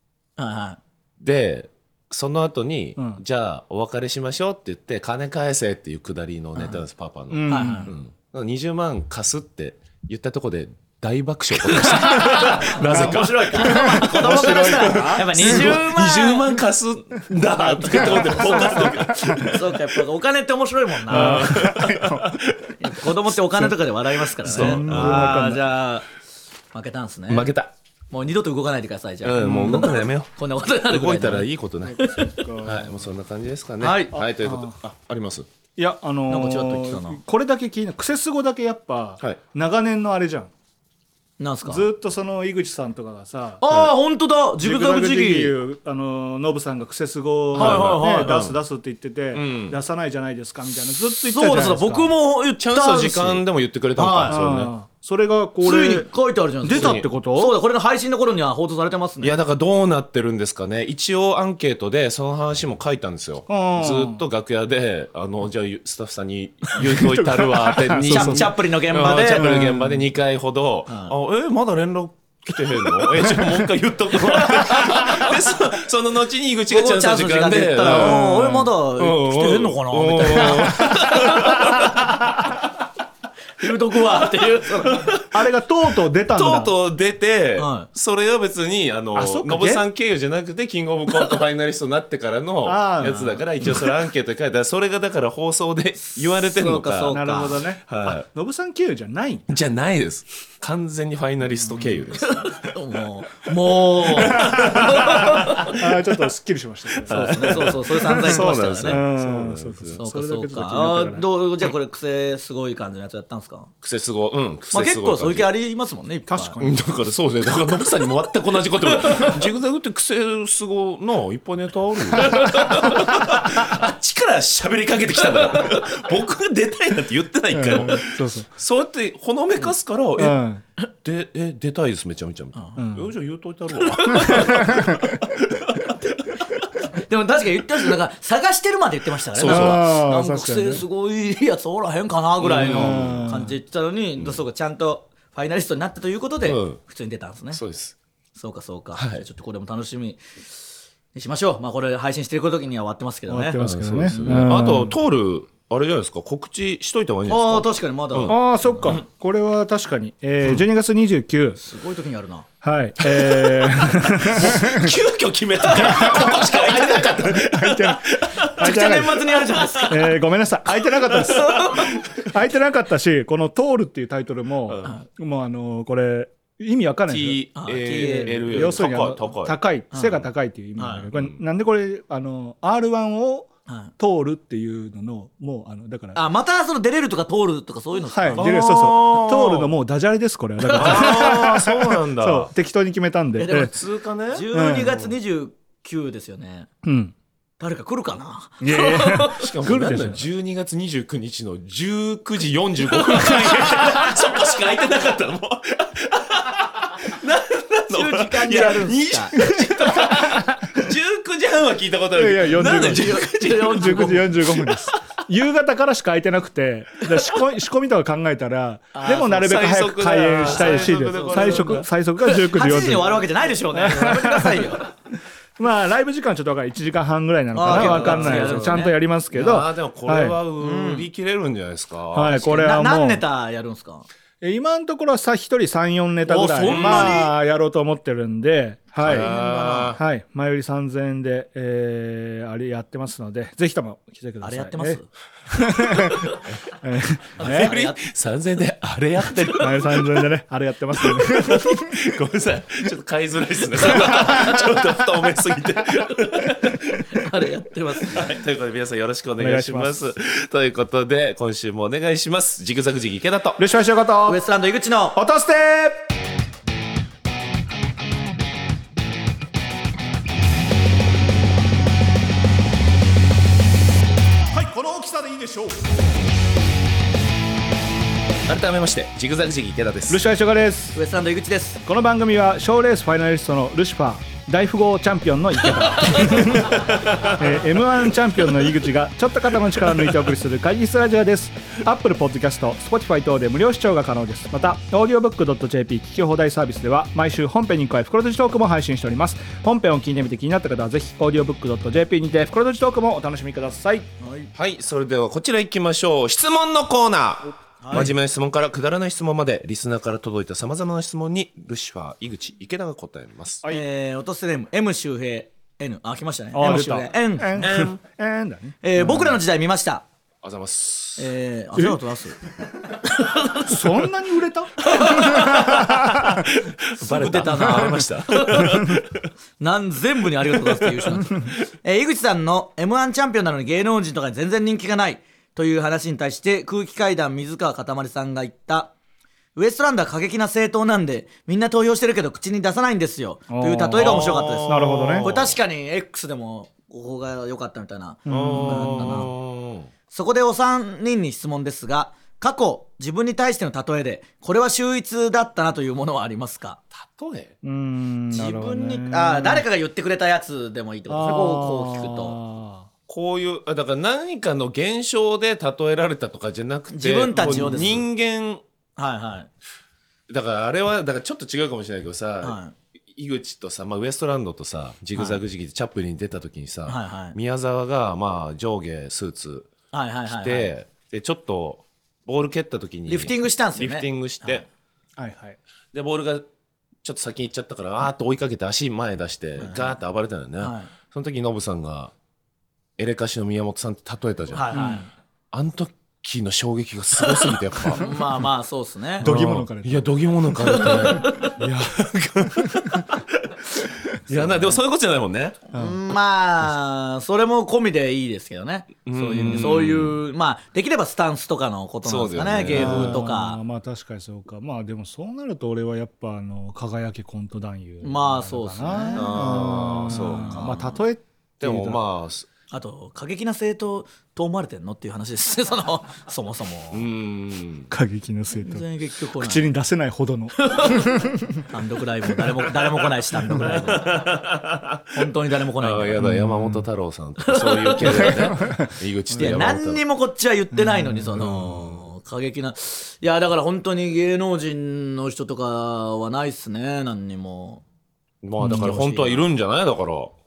でその後にじゃあお別れしましょうって言って金返せっていうくだりのネタです。パーパーの20万貸すって言ったとこで大爆笑起こりましたなぜか面白いか子供からしたらやっぱ20万貸すんだって言ってそうかやっぱお金って面白いもんな子供ってお金とかで笑いますからね。じゃあ負けたんですね。 負けた。 もう二度と動かないでください。じゃあもう動くのやめようこんなことになるぐらい動いたらいいことないはいもうそんな感じですかね。はいということあります。 いやなんかちらっと言ってたな。 これだけ気になるクセスゴだけやっぱ長年のあれじゃん。 なんすか？ ずっとその井口さんとかがさ本当だジグザグジギーノブさんがクセスゴ出すって言ってて出さないじゃないですかみたいなずっと言ってたじゃないですか。 そうです僕も言ったチャンスの時間でも言ってくれたのか。 それがこれついに書いてあるじゃないですか。 出たってこと？ そうだこれの配信の頃には放送されてますね。 いやだからどうなってるんですかね。一応アンケートでその話も書いたんですよ。ずっと楽屋でじゃあスタッフさんに言うといたるわってチャップリの現場で 2回ほどまだ連絡来てへんのじゃあもう一回言っとくわでその後に井口がチャンスの時間で言ったらまだ来てへんのかなみたいな言うとくわっていうあれがとうとう出たんだ。 とうとう出て、それは別にノブさん経由じゃなくてキングオブコントファイナリストになってからのやつだから一応それアンケートに書いたらそれがだから放送で言われてるのか。 なるほどね。ノブさん経由じゃないじゃないです。完全にファイナリスト経由ですもうちょっとすっきりしました。 そうですね。そうそれ散々言ってましたよね。 そうかじゃあこれ癖すごい感じのやつやったんですか？ 癖すご結構そういう気ありますもんね。 確かに。 だからそうですね。だからノブさんにも全く同じことジグザグって癖すごのいっぱいネタあるよあっちから喋りかけてきたんだから僕が出たいなんて言ってないからそうやってほのめかすから出たいですめちゃめちゃじゃあ言うといてあるわでも確かに言ってました。なんか探してるまで言ってましたからね。なんか癖すごいやつおらへんかなぐらいの感じで言ってたのに、そうかちゃんとファイナリストになったということで普通に出たんですね。 そうです。 そうか、ちょっとこれも楽しみにしましょう。まあこれ配信してる時には終わってますけどね。 終わってますけどね。 あとトールあれじゃないですか、告知しといた方がいいんじゃないですか。 確かにまだ、 ああそっか、これは確かに、12月29、 すごい時にあるな。 はい、 急遽決めたからここしか空いてなかった。 めちゃくちゃ年末にあるじゃないですか。 ごめんなさい、空いてなかったです空いてなかったし、この「通る」っていうタイトルも、もうこれ意味わかんないですよ。 TAL 要するに高い背が高いっていう意味なんだけど、これなんでこれR1 を通るっていうののもうだからまたその出れるとか通るとかそういうのはい、出る、そう通るのもうダジャレですこれは。だからそうなんだ。 そう適当に決めたんで。 でも通過ね。 12月29ですよね。誰か来るかな。 いやいやしかもなんだ12月29日の19時45分そこしか空いてなかったの。もう 10時間でやるんすか。 19時半は聞いたことあるけど、 いやいやなんで19時 45分です。夕方からしか空いてなくて、仕込みとか考えたらでもなるべく早く開演したいし、最速が19時45分。 8時に終わるわけじゃないでしょうね。やめてくださいよ。 まあライブ時間ちょっと分かる、1時間半ぐらいなのかな、分かんないです、ちゃんとやりますけど。 でもこれは売り切れるんじゃないですか。 はい、これはもう何ネタやるんですか。 今のところは1人 3,4 ネタぐらいまあやろうと思ってるんで、はい、前売り3000円で、あれやってますので、ぜひとも来てください。 あれやってます。 前売り3000円であれやってる。 前売り3000円でね、あれやってますのでごめんなさい、ちょっと買いづらいですね。ちょっと不透明すぎてあれやってます、 はい、ということで皆さんよろしくお願いします。ということで今週もお願いします。ジグザグジギ池田とルシファーしようことウエストランド井口の落としてはい、この大きさでいいでしょう。改めましてジグザグジギ池田です。 ルシファーしようかです。 ウエストランド井口です。 この番組は賞レースファイナリストのルシファー、大富豪チャンピオンの池田M1 チャンピオンの井口がちょっと肩の力を抜いてお送りする会議室ラジオです。 Apple Podcast、Spotify 等で無料視聴が可能です。また audiobook.jp 聞き放題サービスでは毎週本編に加え袋とじトークも配信しております。本編を聞いてみて気になった方はぜひ audiobook.jp にて袋とじトークもお楽しみください。 はい、それではこちら行きましょう。質問のコーナー。真面目な質問からくだらない質問までリスナーから届いたさまざまな質問にルシファー、井口、池田が答えます。 落とせネーム M 周平 N、 来ましたね。 M 周平 N、 だね。 僕らの時代見ました。 あざます。 ありがとうございます。 そんなに売れたバレたな。ありました全部にありがとうございますって言う人なんです。井口さんの M1 チャンピオンなのに芸能人とかに全然人気がないという話に対して空気階段水川かたまりさんが言った、ウエストランドは過激な政党なんでみんな投票してるけど口に出さないんですよという例えが面白かったです。 なるほどね。 これ確かに X でもここが良かったみたいな。そこでお三人に質問ですが、過去自分に対しての例えでこれは秀逸だったなというものはありますか。 例え自分に誰かが言ってくれたやつでもいいってことですね。こう聞くとこういうだから何かの現象で例えられたとかじゃなくて、 自分たちをです。 人間、 はいはい、 だからあれはだからちょっと違うかもしれないけどさ、井口とさ、ウエストランドとさジグザグジギでチャップリンに出た時にさ、宮沢が上下スーツ着て、でちょっとボール蹴った時にリフティングしたんですよね。 リフティングして、でボールがちょっと先に行っちゃったからあーっと追いかけて足前出してガーッと暴れたんだよね。その時にノブさんがエレカシの宮本さんって例えたじゃん。あの時の衝撃がすごすぎてやっぱまあそうっすね。 度肝抜かれて。 いや度肝抜かれていやでもそういうことじゃないもんね。 まあそれも込みでいいですけどね。そういうできればスタンスとかのことなんですかね。芸風とか。 まあ確かにそうか。まあでもそうなると俺はやっぱ輝けコント男優。 まあそうですね。 そうか。 例えでもあと過激な政党と思われてんのっていう話ですね。そもそも過激な政党、 全然結局口に出せないほどの単独ライブ誰も来ないし、単独ライブ本当に誰も来ないんだ。 やだ、山本太郎さんとかそういう系だよね井口と山本太郎。 何にもこっちは言ってないのに過激な。いやだから本当に芸能人の人とかはないっすね。何にも。 だから本当はいるんじゃない。だから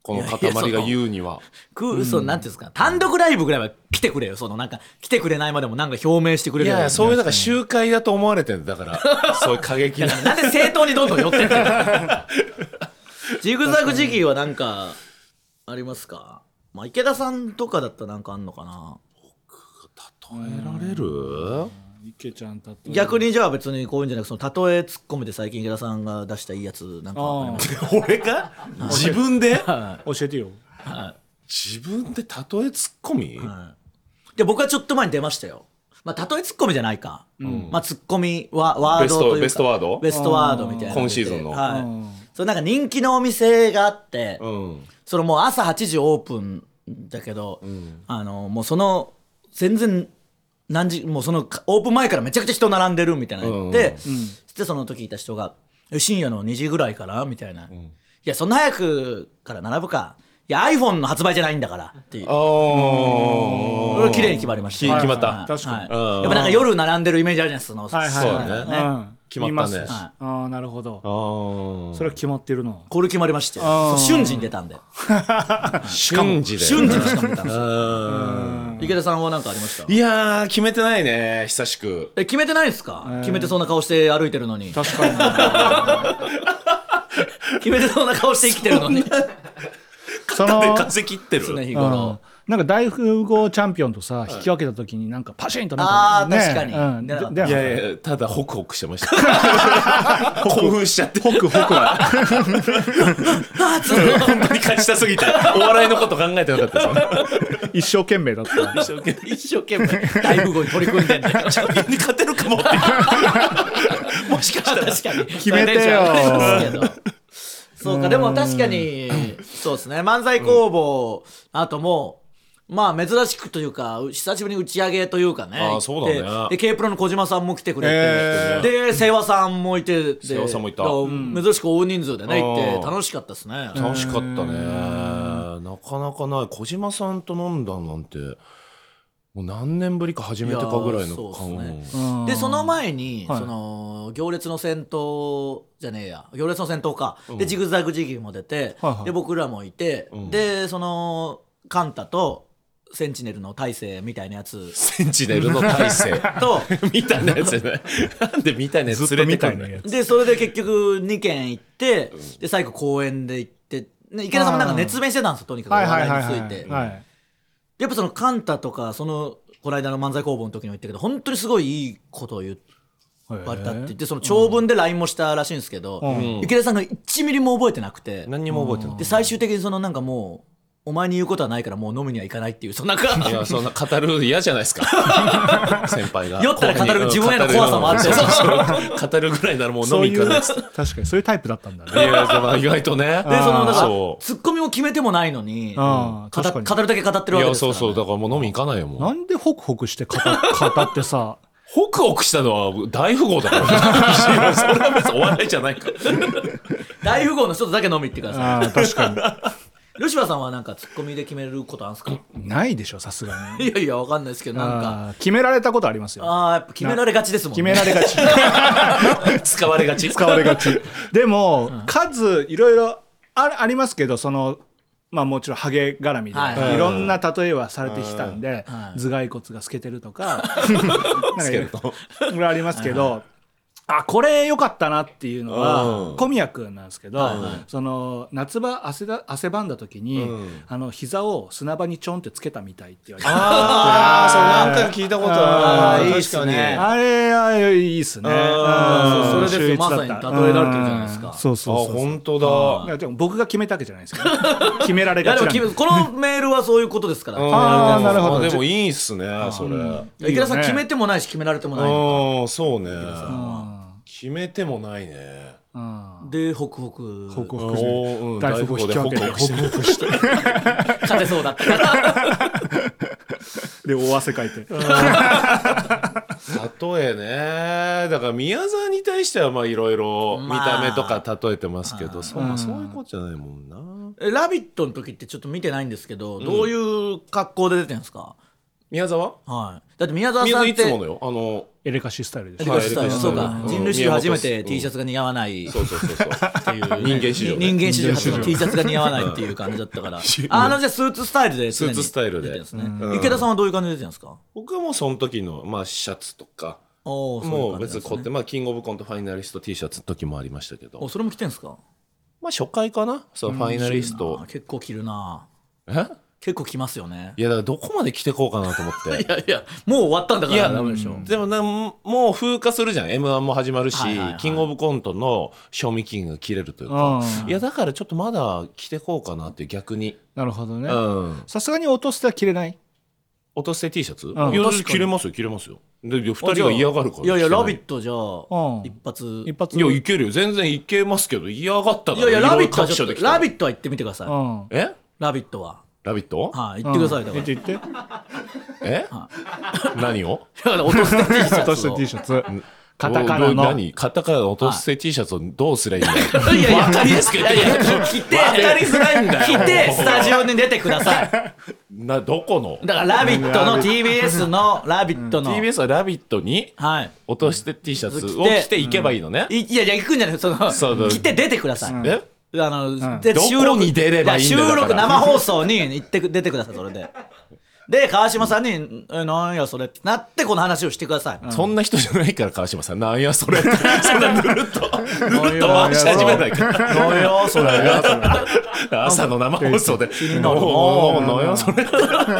この塊が言うには。 そうなんていうんですか、単独ライブぐらいは来てくれよ。なんか来てくれないまでもなんか表明してくれる。 いやそういうだから集会だと思われてるんだからそういう過激な。 なんで政党にどんどん寄ってってるジグザグジギーはなんかありますか？まあ池田さんとかだったらなんかあんのかな。 例えられる？ 池ちゃん例え逆にじゃあ別にこういうんじゃなくて例えツッコミで最近池田さんが出したいいやつなんかありますか？ 俺が自分で教えてよ。 自分で例えツッコミ？ で僕はちょっと前に出ましたよ。まあ例えツッコミじゃないか、まあツッコミワードというかベストワード？ ベストワードみたいな今シーズンの。 それなんか人気のお店があって、そのもう朝8時オープンだけど、もうその全然もうそのオープン前からめちゃくちゃ人並んでるみたいなの言って、でその時いた人が深夜の2時ぐらいからみたいな、いやそんな早くから並ぶか、いや iPhone の発売じゃないんだからっていう。これ綺麗に決まりました。 決まった。 確かに。 やっぱなんか夜並んでるイメージあるじゃないですか。 そうだね。決まったね。 ああなるほど。それは決まってるの。 これ決まりまして瞬時に出たんで。 瞬時で瞬時にしかも出たんですよ。池田さんは何かありました？ いやー決めてないね久しく。 決めてないですか？決めてそうな顔して歩いてるのに。 確かに決めてそうな顔して生きてるのに肩で風切ってる。 常日頃なんか大富豪チャンピオンとさ引き分けた時になんかパシンとなんかね、確かに、いやいやただホクホクしてました興奮しちゃってホクホクは本当に勝ちたすぎてお笑いのこと考えてなかったです一生懸命だった一生懸命大富豪に取り組んでんで勝てるかもってもしかしたら確かに決めてよそうか。でも確かにそうですね。漫才工房あともまあ珍しくというか久しぶりに打ち上げというかね。 あそうだね。 で K プロの小島さんも来てくれて、で清和さんもいて、 清和さんもいた。 珍しく大人数でね行って楽しかったですね。 楽しかったね。なかなかない。小島さんと飲んだなんてもう何年ぶりか初めてかぐらいの感。 でその前に、その行列の先頭じゃねえや行列の先頭か、でジグザグジギーも出て、で僕らもいて、でそのカンタとセンチネルの大勢みたいなやつセンチネルの大勢とみたいなやつねなんでみたいなやつ連れてくるの。 でそれで結局2軒行って、で最後公園で行って、ね、池田さんもなんか熱弁してたんですよとにかくお笑いについて。やっぱそのカンタとかこの間の漫才工房の時にも言ったけど本当にすごいいいことを言われたって言って、その長文で LINE もしたらしいんですけど、池田さんが1ミリも覚えてなくて、 何にも覚えてない。 で最終的になんかもうお前に言うことはないからもう飲みには行かないっていう、なんかいやそんな語る嫌じゃないですか先輩が酔ったら語る自分への怖さもあって語るぐらいならもう飲みに行かないっつって。 確かにそういうタイプだったんだね。 いや意外とね。でだからツッコミも決めてもないのに語るだけ語ってるわけですから、ね、 そうだからもう飲みに行かないよもう。 なんでホクホクして語ってさホクホクしたのは大富豪だからそれは別にお笑いじゃないから大富豪の人とだけ飲み行ってください。 確かにルシファーさんはなんかツッコミで決めることあるんですか？ ないでしょさすがに。 いやいやわかんないですけどなんか決められたことありますよ。 やっぱ決められがちですもんね。 決められがち使われがちでも、数いろいろありますけどまあもちろんハゲ絡みでいろんな例えはされてきたんで、頭蓋骨が透けてるとかなんかいろいろありますけど、これ良かったなっていうのは小宮君なんですけど、夏場汗ばんだ時に膝を砂場にちょんってつけたみたいって言われて、 それ何回か聞いたことある。確かにあれいいっすね。 それですよまさに例えられてるじゃないですか。 そう本当だ。 でも僕が決めたわけじゃないですけど決められがちなんで。 このメールはそういうことですから。 なるほど。 でもいいっすねそれ。 池田さん決めてもないし決められてもないのか。 そうね決めてもないね。 でホクホク大富豪引き分けでホクホクして勝てそうだったからで大汗かいて例えね。だから宮沢に対してはまあいろいろ見た目とか例えてますけど、そういうことじゃないもんな。 ラビットの時ってちょっと見てないんですけど、どういう格好で出てるんですか？ 宮沢だって宮沢さんっていつものよエレカシスタイルでしょ。 エレカシスタイル、そうか、人類史上初めてうん T シャツが似合わないそうっていう人間史上初の T シャツが似合わないっていう感じだったからじゃあスーツスタイルでスーツスタイルで出てるんですね。池田さんはどういう感じで出てるんですか？ 僕はもうその時のシャツとかもう別にこうやってキングオブコントファイナリスト T シャツの時もありましたけど、 それも着てんすか？ 初回かな、そのファイナリスト結構着るな。 え結構着ますよね。 いやだからどこまで着てこうかなと思っていやもう終わったんだからダメでしょ。 でももう風化するじゃん。 M1 も始まるし、キングオブコントの賞味期限が切れるというか、いやだからちょっとまだ着てこうかなっていう、逆に。 なるほどね。さすがに落としては着れない。 落として T シャツ、いや着れますよで2人が嫌がるから。 いやラビットじゃあ一発いやいけるよ、全然いけますけど、嫌がったから。 いやラビットはちょっとラビットは言ってみてください。ラビットはラビット言ってください。だから言って何を落として T シャツ落として T シャツカタカナのカタカナの落として T シャツをどうすりゃいいんだよ。 いや分かりやすく言って着て分かりづらいんだよ。 着てスタジオに出てください。 どこのだから「ラビット!」の TBS の「ラビット!」の TBS は「ラビット!」に落として T シャツを着ていけばいいのね。 いや行くんじゃない、着て出てください。 どこに出ればいいんだよ。 収録生放送に出てください。それで川島さんに「なんやそれ」ってなってこの話をしてください。 そんな人じゃないから川島さん、なんやそれってそんなぬるっと回し始めないから。 なんやそれ朝の生放送で気になるな。 なんやそれ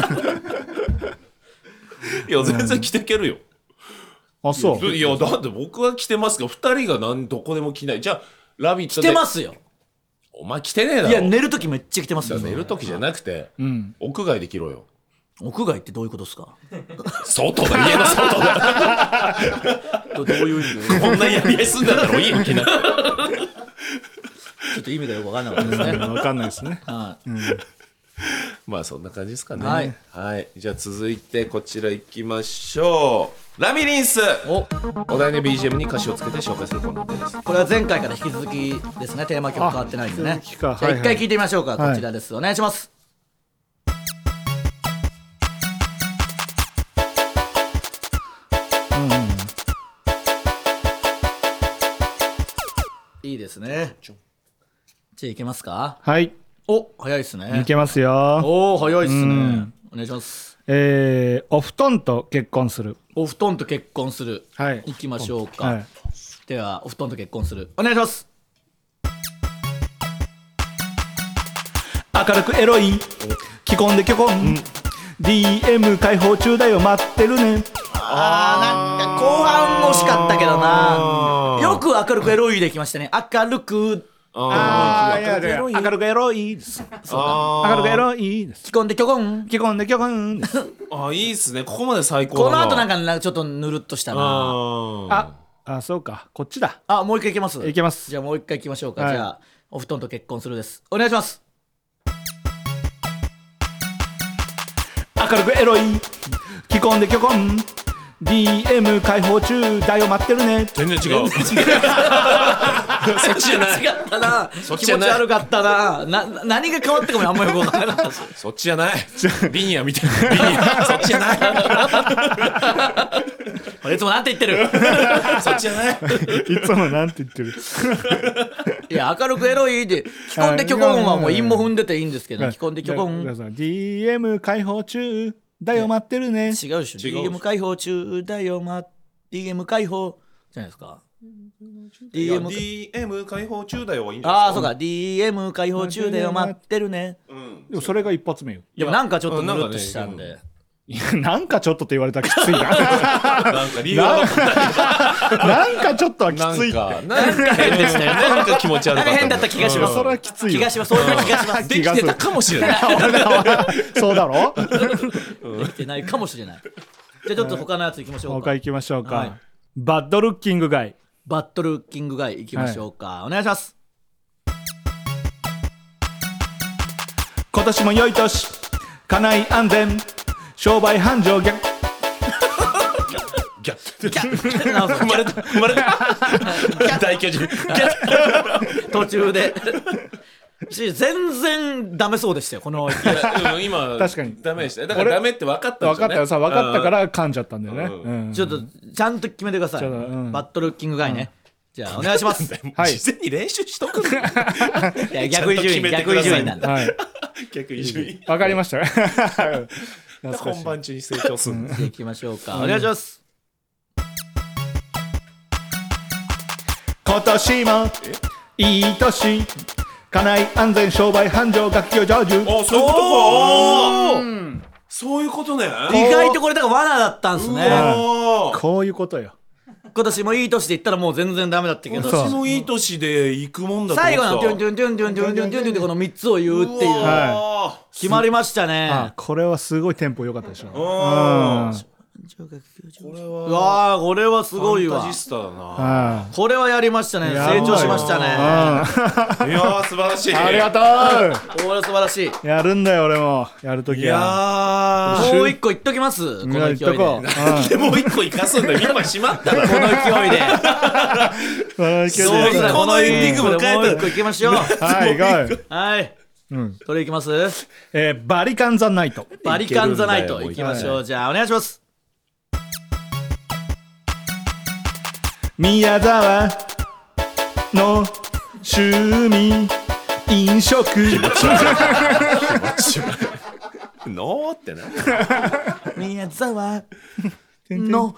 いや全然着てけるよ。 あ、そう。 いやだって僕は着てますけど、2人がどこでも着ない。じゃあ「ラビット!」で着てますよ。 お前着てねえだろ。 いや寝るときめっちゃ着てますよ。 寝るときじゃなくて屋外で着ろよ。 屋外ってどういうことですか？ 外だ、家の外だ。 どういう意味？ こんなやり合いすんだろ、家に着な。 ちょっと意味がよく分かんなかったですね。 分かんないですね。 まあそんな感じですかね。はい。じゃあ続いてこちら行きましょう。ラミリンス。お題の BGM に歌詞をつけて紹介するコーナーです。 これは前回から引き続きですね。テーマ曲変わってないんでね。じゃあ一回聞いてみましょうか。こちらです。お願いします。いいですね。じゃあいけますか？ はい。 早いですね。 いけますよ。 早いですね。お願いします。 お布団と結婚する。 お布団と結婚する。いきましょうか。ではお布団と結婚する。お願いします。 明るくエロい既婚で虚婚、DM 開放中だよ待ってるね。 なんか後半惜しかったけどな。よく明るくエロいできましたね。明るく明るくエロいです。明るくエロいです。 既婚で虚婚。 既婚で虚婚です。 いいっすね。ここまで最高だな。 この後なんかちょっとぬるっとしたな。 そうか、こっちだ。 もう一回いけます？ いけます。 じゃあもう一回いきましょうか。じゃあお布団と結婚するです。お願いします。 明るくエロい既婚で虚婚、 DM 開放中だよ待ってるね。 全然違う。そっちじゃない。 違ったな。気持ち悪かったな。何が変わってかもあんまりよく分からなかったし。 そっちじゃない。リニアみたいな。リニア。そっちじゃない。 いつもなんて言ってる。 そっちじゃない。 いつもなんて言ってる。 いや明るくエロいで既婚で虚婚はもう韻も踏んでていいんですけど、既婚で虚婚。 DM 開放中だよ待ってるね。 違うでしょ。DM 開放中だよDM 開放じゃないですか。 DM 開放中だよはいいんじゃないですか。 そうか。DM 開放中だよ待ってるね。 でもそれが一発目よ。 でもなんかちょっとぬるっとしたんで。 なんかちょっとって言われたらきついな。 なんか理由は分かんない。 なんかちょっとはきついって。 なんか変でしたよね。なんか気持ち悪かった。 変だった気がします。 それはきつい。 気がします。そういう気がします。 できてたかもしれない。 そうだろ。 できてないかもしれない。じゃあちょっと他のやついきましょうか。 他いきましょうか。バッドルッキングガイ。 バッドルッキングガイいきましょうか。お願いします。 今年も良い年、家内安全、商売繁盛逆。 生まれた大巨人。 途中で全然ダメそうでしたよこの今確かにダメでしただからダメって分かったんですよね。 分かったから噛んじゃったんだよね。 ちょっとちゃんと決めてください。バットルッキングガイね。じゃあお願いします。 はい。事前に練習しとくんだ。 逆伊集院なんだ。 逆伊集院。 わかりました。 本番中に成長する。 いきましょうか。お願いします。 今年もいい年。家内安全商売繁盛学業成就。 あ、そういうことか。そういうことね。 意外とこれだから罠だったんですね。 こういうことよ。 今年もいい年で言ったらもう全然ダメだったけど、 今年もいい年で行くもんだと思った。 最後のトゥントゥントゥントゥントゥントゥントゥンってこの3つを言うっていう、決まりましたね。 これはすごいテンポ良かったでしょ。 これはすごいわ。 ファンタジスタだな。 これはやりましたね。成長しましたね。 いや素晴らしい。 ありがとう。これ素晴らしい。 やるんだよ俺もやるときは。 もう一個言っときます。この勢いで。 でもう一個生かすんだよ。今しまったらこの勢いで。 このエンディング迎えた。 もう一個いきましょう。 はいはい。どれいきます？ バリカンザナイト。 バリカンザナイトいきましょう。じゃあお願いします。 宮沢の趣味飲食のってな宮沢の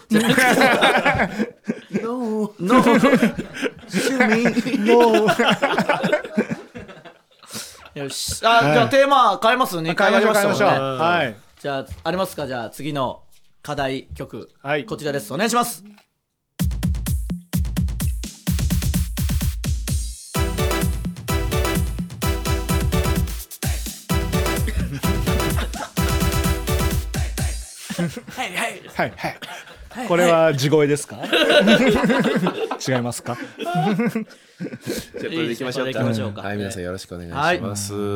趣味のよし、じゃあテーマ変えますね。変えましょう。 はい。 じゃあありますか。じゃあ次の課題曲、こちらです。お願いします。 はいこれは地声ですか？違いますか？ じゃあこれでいきましょうか。はい、皆さんよろしくお願いします。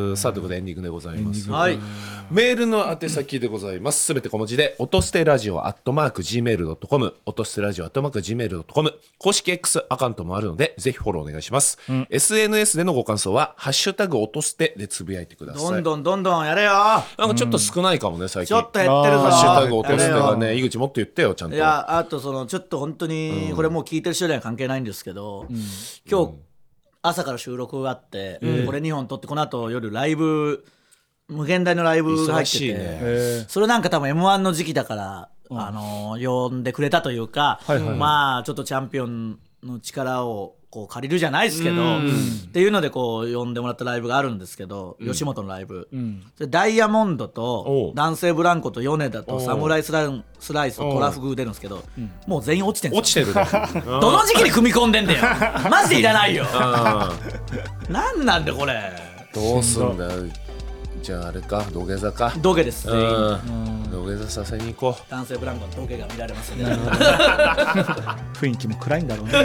さあということでエンディングでございます。メールの宛先でございます。すべて小文字で音捨てラジオ@gmail.com 音捨てラジオ@gmail.com 公式 X アカウントもあるのでぜひフォローお願いします。SNS でのご感想はハッシュタグ音捨てでつぶやいてください。 どんどんやれよ。 なんかちょっと少ないかもね最近。 ちょっと減ってるぞ。 ハッシュタグ音捨てがね、井口もっと言ってよちゃんと。 いや、あとそのちょっと本当にこれもう聞いてる人には関係ないんですけど、今日朝から収録があって、これ2本撮ってこの後夜ライブ無限大のライブが入ってて、それなんか多分 M1 の時期だから呼んでくれたというか、まあちょっとチャンピオンの力をこう借りるじゃないですけど、っていうのでこう呼んでもらったライブがあるんですけど、吉本のライブ、ダイヤモンドと男性ブランコと米田とサムライスライスとトラフグ出るんですけど、もう全員落ちてるんですよ。 落ちてるどの時期に組み込んでんだよ。マジでいらないよ。なんなんでこれ。 どうすんだよ。じゃああれか、土下座か。 土下です全員。 土下座させに行こう。 男性ブランコの土下が見られますね。 雰囲気も暗いんだろうね。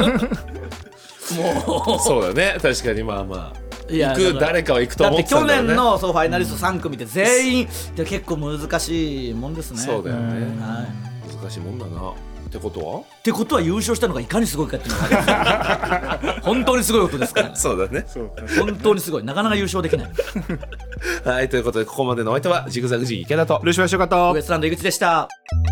もうそうだね、確かにまあまあ行く誰かは行くと思ってたんだよね。 だって去年のファイナリスト3組で全員って結構難しいもんですね。 そうだよね、難しいもんだな。ってことは優勝したのがいかにすごいかっていうのが本当にすごいことですから。 そうだね、 本当にすごい。なかなか優勝できない。 はい、ということでここまでのお相手はジグザグジー池田とルシファーショカとウエストランド井口でした。